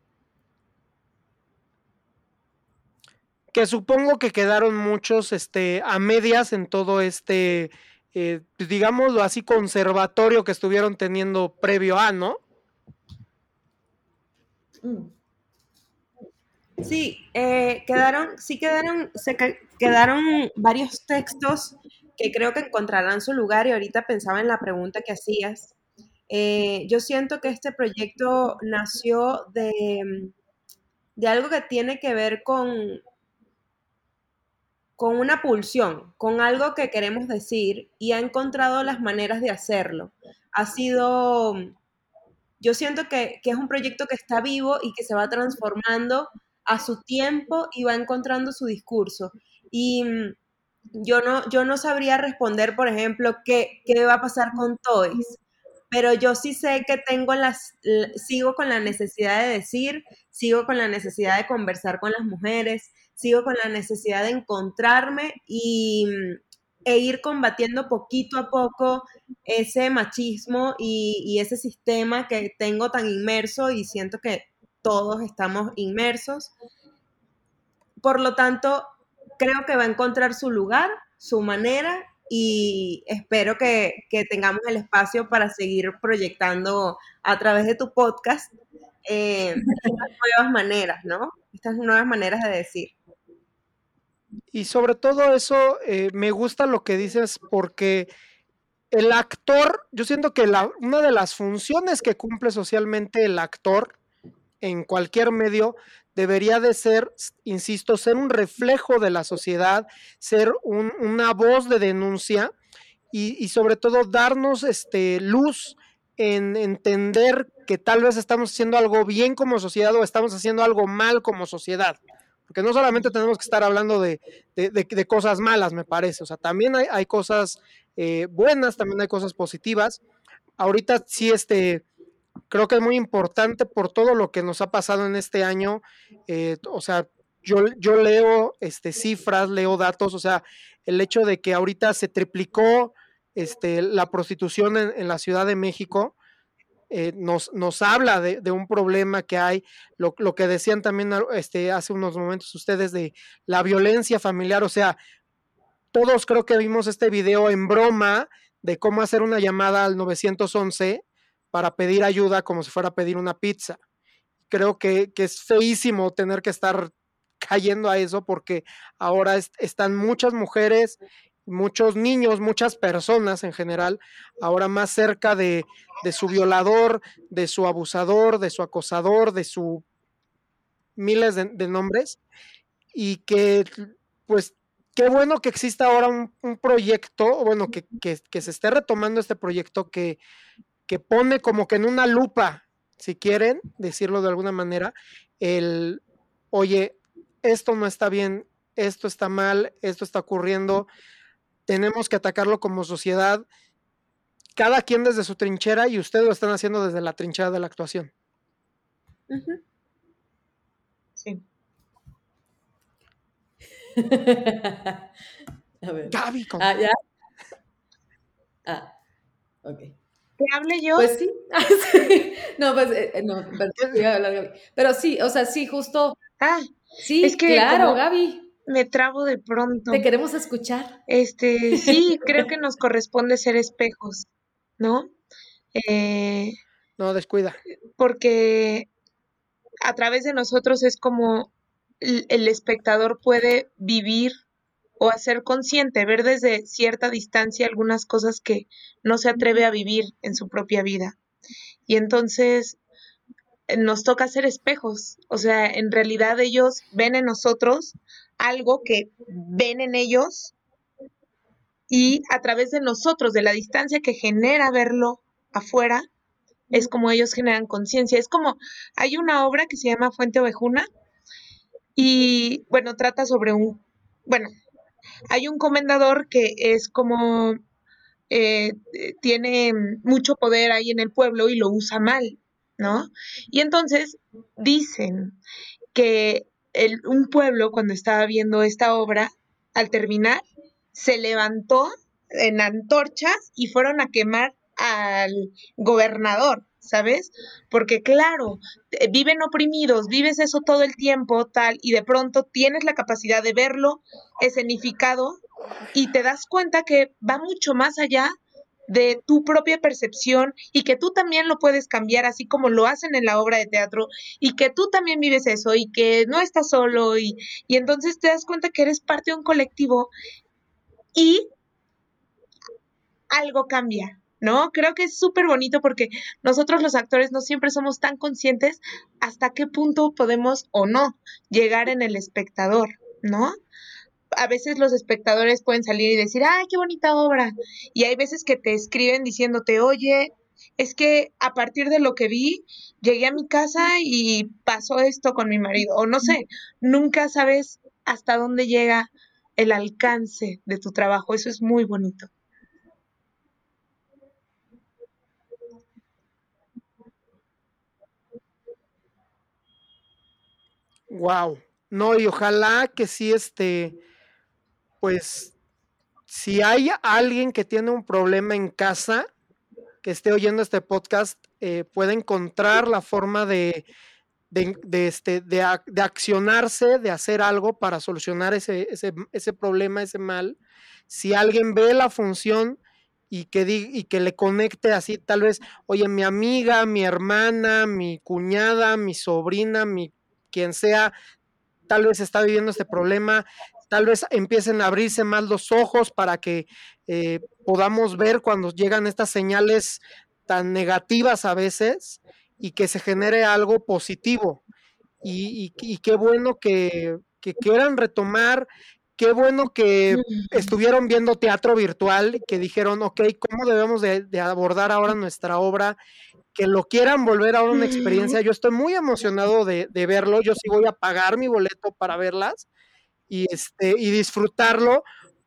Que supongo que quedaron muchos este, a medias en todo este, eh, pues, digámoslo así, conservatorio que estuvieron teniendo previo a, ¿no? Mm. Sí, eh, quedaron, sí quedaron, se ca- quedaron varios textos que creo que encontrarán su lugar y ahorita pensaba en la pregunta que hacías. Eh, yo siento que este proyecto nació de, de algo que tiene que ver con, con una pulsión, con algo que queremos decir y ha encontrado las maneras de hacerlo. Ha sido, yo siento que, que es un proyecto que está vivo y que se va transformando a su tiempo y va encontrando su discurso. Y mm, yo no, yo no sabría responder, por ejemplo, qué, qué va a pasar con Toys, pero yo sí sé que tengo las, l- sigo con la necesidad de decir, sigo con la necesidad de conversar con las mujeres, sigo con la necesidad de encontrarme y, mm, e ir combatiendo poquito a poco ese machismo y, y ese sistema que tengo tan inmerso y siento que todos estamos inmersos. Por lo tanto, creo que va a encontrar su lugar, su manera y espero que, que tengamos el espacio para seguir proyectando a través de tu podcast eh, estas nuevas maneras, ¿no? Estas nuevas maneras de decir. Y sobre todo eso, eh, me gusta lo que dices porque el actor, yo siento que la, una de las funciones que cumple socialmente el actor en cualquier medio debería de ser, insisto, ser un reflejo de la sociedad, ser un, una voz de denuncia y, y sobre todo darnos este, luz en entender que tal vez estamos haciendo algo bien como sociedad o estamos haciendo algo mal como sociedad. Porque no solamente tenemos que estar hablando de, de, de, de cosas malas, me parece. O sea, también hay, hay cosas eh, buenas, también hay cosas positivas. Ahorita sí, este, creo que es muy importante por todo lo que nos ha pasado en este año. Eh, o sea, yo, yo leo este, cifras, leo datos, o sea, el hecho de que ahorita se triplicó este, la prostitución en, en la Ciudad de México, eh, nos, nos habla de, de, un problema que hay, lo, lo que decían también este, hace unos momentos ustedes de la violencia familiar, o sea, todos creo que vimos este video en broma de cómo hacer una llamada al nueve once para pedir ayuda como si fuera a pedir una pizza. Creo que, que es feísimo tener que estar cayendo a eso porque ahora es, están muchas mujeres, muchos niños, muchas personas en general, ahora más cerca de, de su violador, de su abusador, de su acosador, de su miles de, de nombres, y que pues qué bueno que exista ahora un, un proyecto, bueno, que, que, que, se esté retomando este proyecto que, que pone como que en una lupa, si quieren decirlo de alguna manera, el, oye, esto no está bien, esto está mal, esto está ocurriendo, tenemos que atacarlo como sociedad. cada quien desde su trinchera y ustedes lo están haciendo desde la trinchera de la actuación. Ujú. Sí. A ver. Gaby, con... Ah, ¿ya? Ah, ok. ¿Te hable yo? Pues sí. Sí. No, pues, eh, no, perdón, iba a hablar Gaby. Pero sí, o sea, sí, justo. Ah, Sí, es que claro, como Gaby. me trabo de pronto. Te queremos escuchar. Este, sí, creo que nos corresponde ser espejos, ¿no? Eh, No, descuida. porque a través de nosotros es como el, el espectador puede vivir o hacer consciente, ver desde cierta distancia algunas cosas que no se atreve a vivir en su propia vida. Y entonces eh, nos toca ser espejos, o sea, en realidad ellos ven en nosotros algo que ven en ellos y a través de nosotros, de la distancia que genera verlo afuera, es como ellos generan conciencia. Es como, hay una obra que se llama Fuente Ovejuna y, bueno, trata sobre un, bueno, hay un comendador que es como, eh, tiene mucho poder ahí en el pueblo y lo usa mal, ¿no? Y entonces dicen que el, un pueblo, cuando estaba viendo esta obra, al terminar, se levantó en antorchas y fueron a quemar al gobernador, ¿sabes? Porque claro, eh, viven oprimidos, vives eso todo el tiempo, tal, y de pronto tienes la capacidad de verlo escenificado y te das cuenta que va mucho más allá de tu propia percepción y que tú también lo puedes cambiar así como lo hacen en la obra de teatro y que tú también vives eso y que no estás solo y, y entonces te das cuenta que eres parte de un colectivo y algo cambia, ¿no? Creo que es súper bonito porque nosotros los actores no siempre somos tan conscientes hasta qué punto podemos o no llegar en el espectador, ¿no? A veces los espectadores pueden salir y decir, ¡ay, qué bonita obra! Y hay veces que te escriben diciéndote, oye, es que a partir de lo que vi, llegué a mi casa y pasó esto con mi marido. O no sé, nunca sabes hasta dónde llega el alcance de tu trabajo. Eso es muy bonito. Wow. No, y ojalá que sí, este, pues, si hay alguien que tiene un problema en casa, que esté oyendo este podcast, eh, pueda encontrar la forma de, de, de, este, de, de accionarse, de hacer algo para solucionar ese, ese, ese problema, ese mal. Si alguien ve la función y que, di, y que le conecte así, tal vez, oye, mi amiga, mi hermana, mi cuñada, mi sobrina, mi quien sea, tal vez está viviendo este problema, tal vez empiecen a abrirse más los ojos para que eh, podamos ver cuando llegan estas señales tan negativas a veces y que se genere algo positivo. Y, y, y qué bueno que, que quieran retomar, qué bueno que estuvieron viendo teatro virtual y que dijeron, ok, ¿cómo debemos de, de abordar ahora nuestra obra? Que lo quieran volver ahora una experiencia. Yo estoy muy emocionado de, de verlo. Yo sí voy a pagar mi boleto para verlas y, este, y disfrutarlo,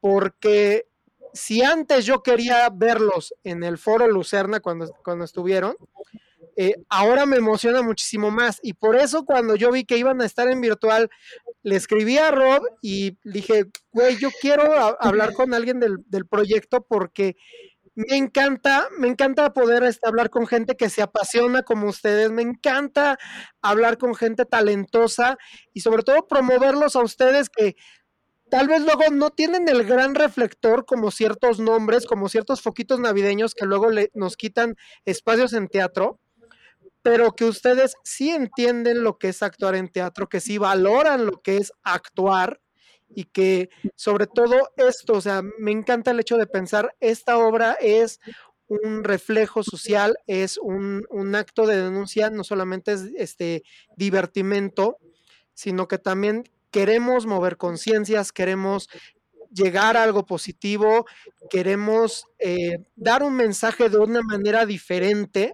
porque si antes yo quería verlos en el Foro Lucerna cuando, cuando estuvieron, eh, ahora me emociona muchísimo más. Y por eso cuando yo vi que iban a estar en virtual, le escribí a Rob y dije, güey, yo quiero a, hablar con alguien del, del proyecto porque me encanta, me encanta poder este, hablar con gente que se apasiona como ustedes, me encanta hablar con gente talentosa y sobre todo promoverlos a ustedes que tal vez luego no tienen el gran reflector como ciertos nombres, como ciertos foquitos navideños que luego le, nos quitan espacios en teatro, pero que ustedes sí entienden lo que es actuar en teatro, que sí valoran lo que es actuar y que sobre todo esto, o sea, me encanta el hecho de pensar, esta obra es un reflejo social, es un, un acto de denuncia, no solamente es este divertimento, sino que también queremos mover conciencias, queremos llegar a algo positivo, queremos eh, dar un mensaje de una manera diferente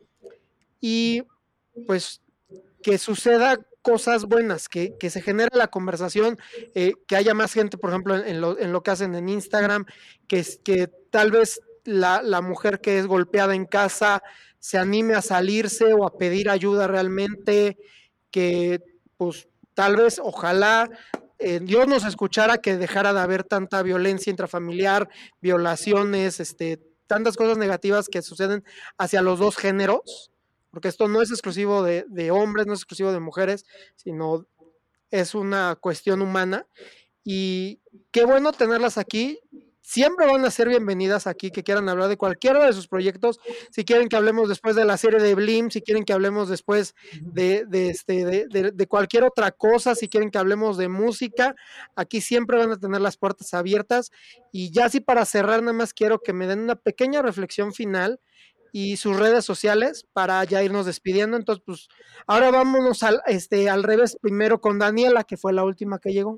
y pues que suceda cosas buenas, que, que se genere la conversación, eh, que haya más gente, por ejemplo, en lo, en lo que hacen en Instagram, que, que tal vez la, la mujer que es golpeada en casa se anime a salirse o a pedir ayuda realmente, que pues tal vez, ojalá, eh, Dios nos escuchara, que dejara de haber tanta violencia intrafamiliar, violaciones, este, tantas cosas negativas que suceden hacia los dos géneros, porque esto no es exclusivo de, de hombres, no es exclusivo de mujeres, sino es una cuestión humana. Y qué bueno tenerlas aquí. Siempre van a ser bienvenidas aquí, que quieran hablar de cualquiera de sus proyectos. Si quieren que hablemos después de la serie de Blim, si quieren que hablemos después de, de, este, de, de, de cualquier otra cosa, si quieren que hablemos de música, aquí siempre van a tener las puertas abiertas. Y ya así para cerrar, nada más quiero que me den una pequeña reflexión final y sus redes sociales para ya irnos despidiendo. Entonces, pues ahora vámonos al, este, al revés, primero con Daniela, que fue la última que llegó.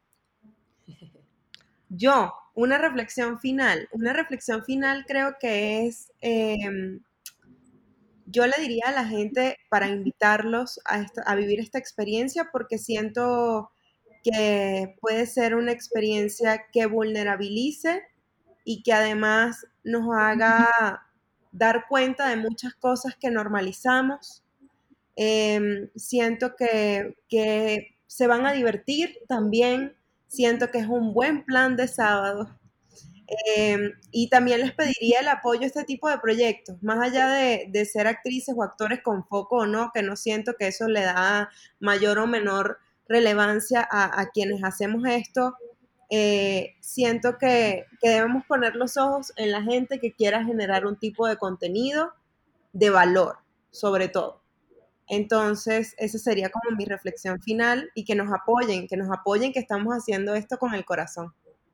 Yo, una reflexión final. Una reflexión final creo que es, eh, yo le diría a la gente para invitarlos a, esta, a vivir esta experiencia, porque siento que puede ser una experiencia que vulnerabilice y que además nos haga dar cuenta de muchas cosas que normalizamos. Eh, siento que, que se van a divertir también. Siento que es un buen plan de sábado. Eh, y también les pediría el apoyo a este tipo de proyectos, más allá de, de ser actrices o actores con foco o no, que no siento que eso le da mayor o menor relevancia a, a quienes hacemos esto. Eh, siento que, que debemos poner los ojos en la gente que quiera generar un tipo de contenido de valor, sobre todo. Entonces, esa sería como mi reflexión final, y que nos apoyen, que nos apoyen, que estamos haciendo esto con el corazón.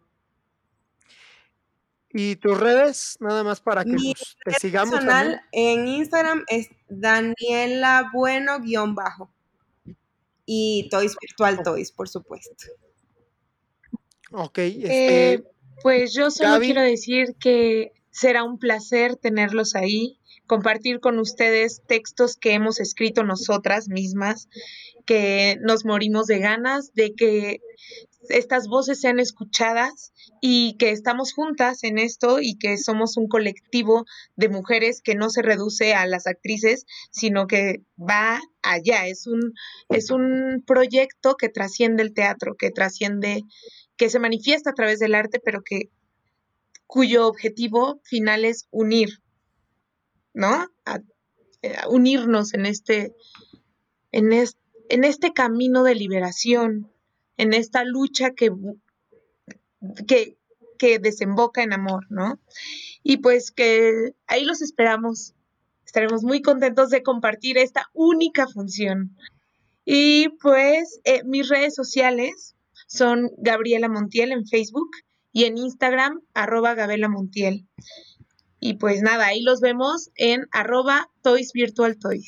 ¿Y tus redes? Nada más para que Mi pues, te red sigamos personal también. en Instagram es Daniela Bueno guión bajo. Y Toys Virtual Toys, por supuesto. Ok, este, Eh, pues yo solo Gaby. quiero decir que será un placer tenerlos ahí, compartir con ustedes textos que hemos escrito nosotras mismas, que nos morimos de ganas de que estas voces sean escuchadas y que estamos juntas en esto y que somos un colectivo de mujeres que no se reduce a las actrices, sino que va allá. Es un, es un proyecto que trasciende el teatro, que trasciende, que se manifiesta a través del arte, pero que cuyo objetivo final es unir, ¿no? A, a unirnos en este, en este, en este camino de liberación, en esta lucha que, que, que desemboca en amor, ¿no? Y pues que ahí los esperamos. Estaremos muy contentos de compartir esta única función. Y pues eh, mis redes sociales son Gabriela Montiel en Facebook y en Instagram, arroba Gabela Montiel. Y pues nada, ahí los vemos en arroba Toys Virtual Toys.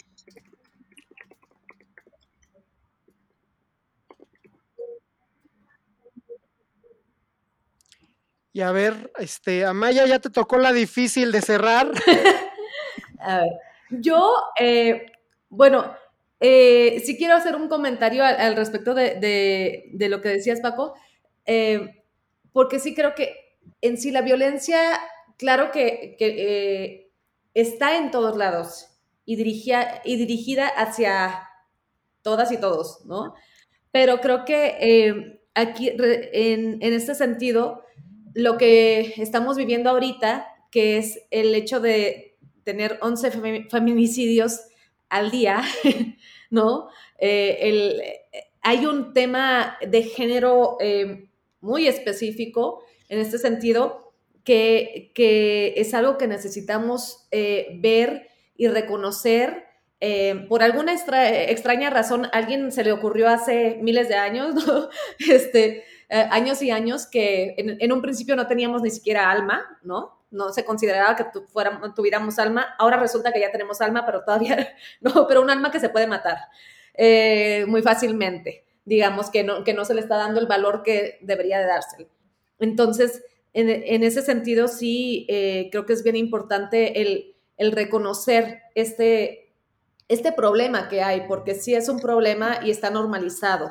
Y a ver, este, Amaya, ya te tocó la difícil de cerrar. A ver, yo, eh, bueno, eh, sí quiero hacer un comentario al, al respecto de, de, de, lo que decías, Paco, eh, porque sí creo que en sí la violencia, claro que, que eh, está en todos lados y, dirigía, y dirigida hacia todas y todos, ¿no? Pero creo que eh, aquí, en, en este sentido, lo que estamos viviendo ahorita, que es el hecho de tener once feminicidios al día, ¿no? Eh, el, hay un tema de género eh, muy específico en este sentido, que, que es algo que necesitamos eh, ver y reconocer. Eh, por alguna extra, extraña razón, a alguien se le ocurrió hace miles de años, ¿no? Este, eh, años y años, que en, en un principio no teníamos ni siquiera alma, ¿no? No se consideraba que tu, fuéramos, tuviéramos alma. Ahora resulta que ya tenemos alma, pero todavía no, pero un alma que se puede matar eh, muy fácilmente. Digamos que no, que no se le está dando el valor que debería de dársele. Entonces, en, en ese sentido, sí, eh, creo que es bien importante el, el reconocer este, este problema que hay, porque sí es un problema y está normalizado.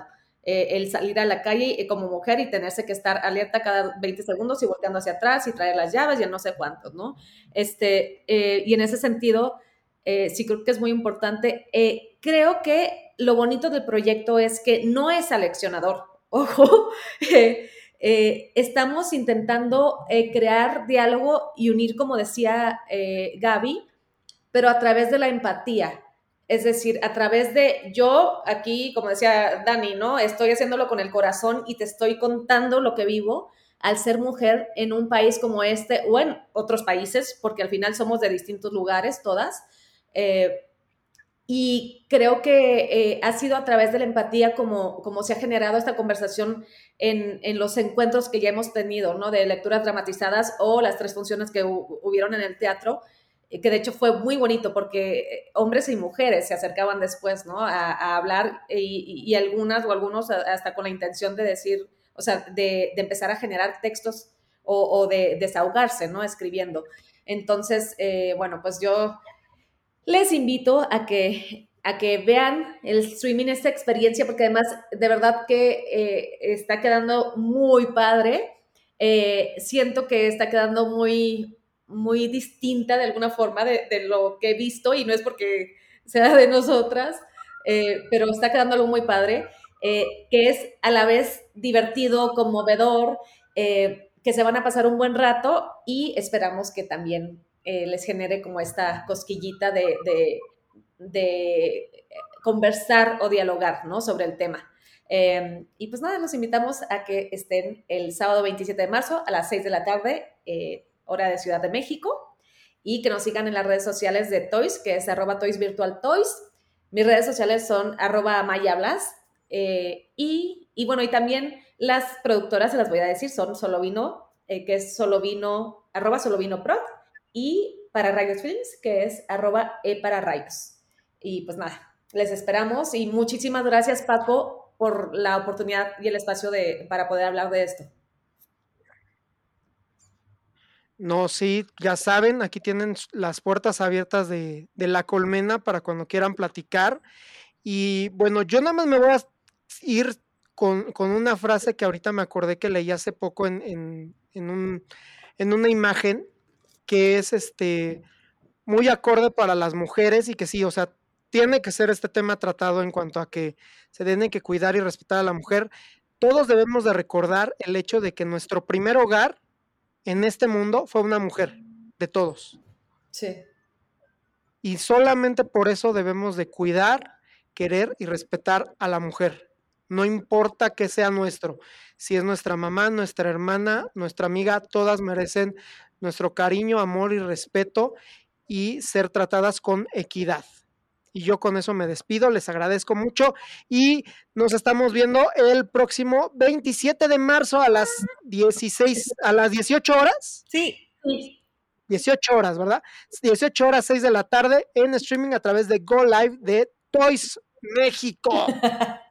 eh, el salir a la calle eh, como mujer y tenerse que estar alerta cada veinte segundos y volteando hacia atrás y traer las llaves y no sé cuántos, ¿no? Este, eh, y en ese sentido, eh, sí creo que es muy importante. Eh, creo que lo bonito del proyecto es que no es aleccionador, ojo, eh, eh, estamos intentando eh, crear diálogo y unir, como decía eh, Gaby, pero a través de la empatía. Es decir, a través de yo aquí, como decía Dani, ¿no? Estoy haciéndolo con el corazón y te estoy contando lo que vivo al ser mujer en un país como este o en otros países, porque al final somos de distintos lugares todas. Eh, y creo que eh, ha sido a través de la empatía como, como se ha generado esta conversación en, en los encuentros que ya hemos tenido, ¿no? De lecturas dramatizadas o las tres funciones que hu- hubieron en el teatro, eh, que de hecho fue muy bonito porque eh, hombres y mujeres se acercaban después, ¿no? A, a hablar y, y algunas o algunos hasta con la intención de decir, o sea, de, de empezar a generar textos o, o de desahogarse, ¿no? Escribiendo. Entonces, eh, bueno, pues yo les invito a que, a que vean el streaming, esta experiencia, porque además de verdad que eh, está quedando muy padre. Eh, siento que está quedando muy, muy distinta de alguna forma de, de lo que he visto y no es porque sea de nosotras, eh, pero está quedando algo muy padre, eh, que es a la vez divertido, conmovedor, eh, que se van a pasar un buen rato y esperamos que también eh, les genere como esta cosquillita de, de, de conversar o dialogar, ¿no? Sobre el tema. Eh, y pues nada, los invitamos a que estén el sábado veintisiete de marzo a las seis de la tarde, eh, hora de Ciudad de México, y que nos sigan en las redes sociales de Toys, que es arroba Toys Virtual Toys. Mis redes sociales son arroba mayablas, eh, y, y bueno, y también las productoras, se las voy a decir, son Solovino, eh, que es Solovino, arroba Solovino Prod, y para Rayos Films, que es arroba e para Rayos. Y pues nada, les esperamos y muchísimas gracias, Paco, por la oportunidad y el espacio de, para poder hablar de esto. No, sí, ya saben, aquí tienen las puertas abiertas de, de La Colmena para cuando quieran platicar. Y bueno, yo nada más me voy a ir con, con una frase que ahorita me acordé que leí hace poco en, en, en, un, en una imagen que es este muy acorde para las mujeres y que sí, o sea, tiene que ser este tema tratado en cuanto a que se tiene que cuidar y respetar a la mujer. Todos debemos de recordar el hecho de que nuestro primer hogar en este mundo fue una mujer, de todos. Sí. Y solamente por eso debemos de cuidar, querer y respetar a la mujer. No importa que sea nuestro. Si es nuestra mamá, nuestra hermana, nuestra amiga, todas merecen nuestro cariño, amor y respeto y ser tratadas con equidad. Y yo con eso me despido, les agradezco mucho y nos estamos viendo el próximo veintisiete de marzo a las dieciséis, a las dieciocho horas. Sí. dieciocho horas, ¿verdad? dieciocho horas, seis de la tarde en streaming a través de Go Live de Toys México.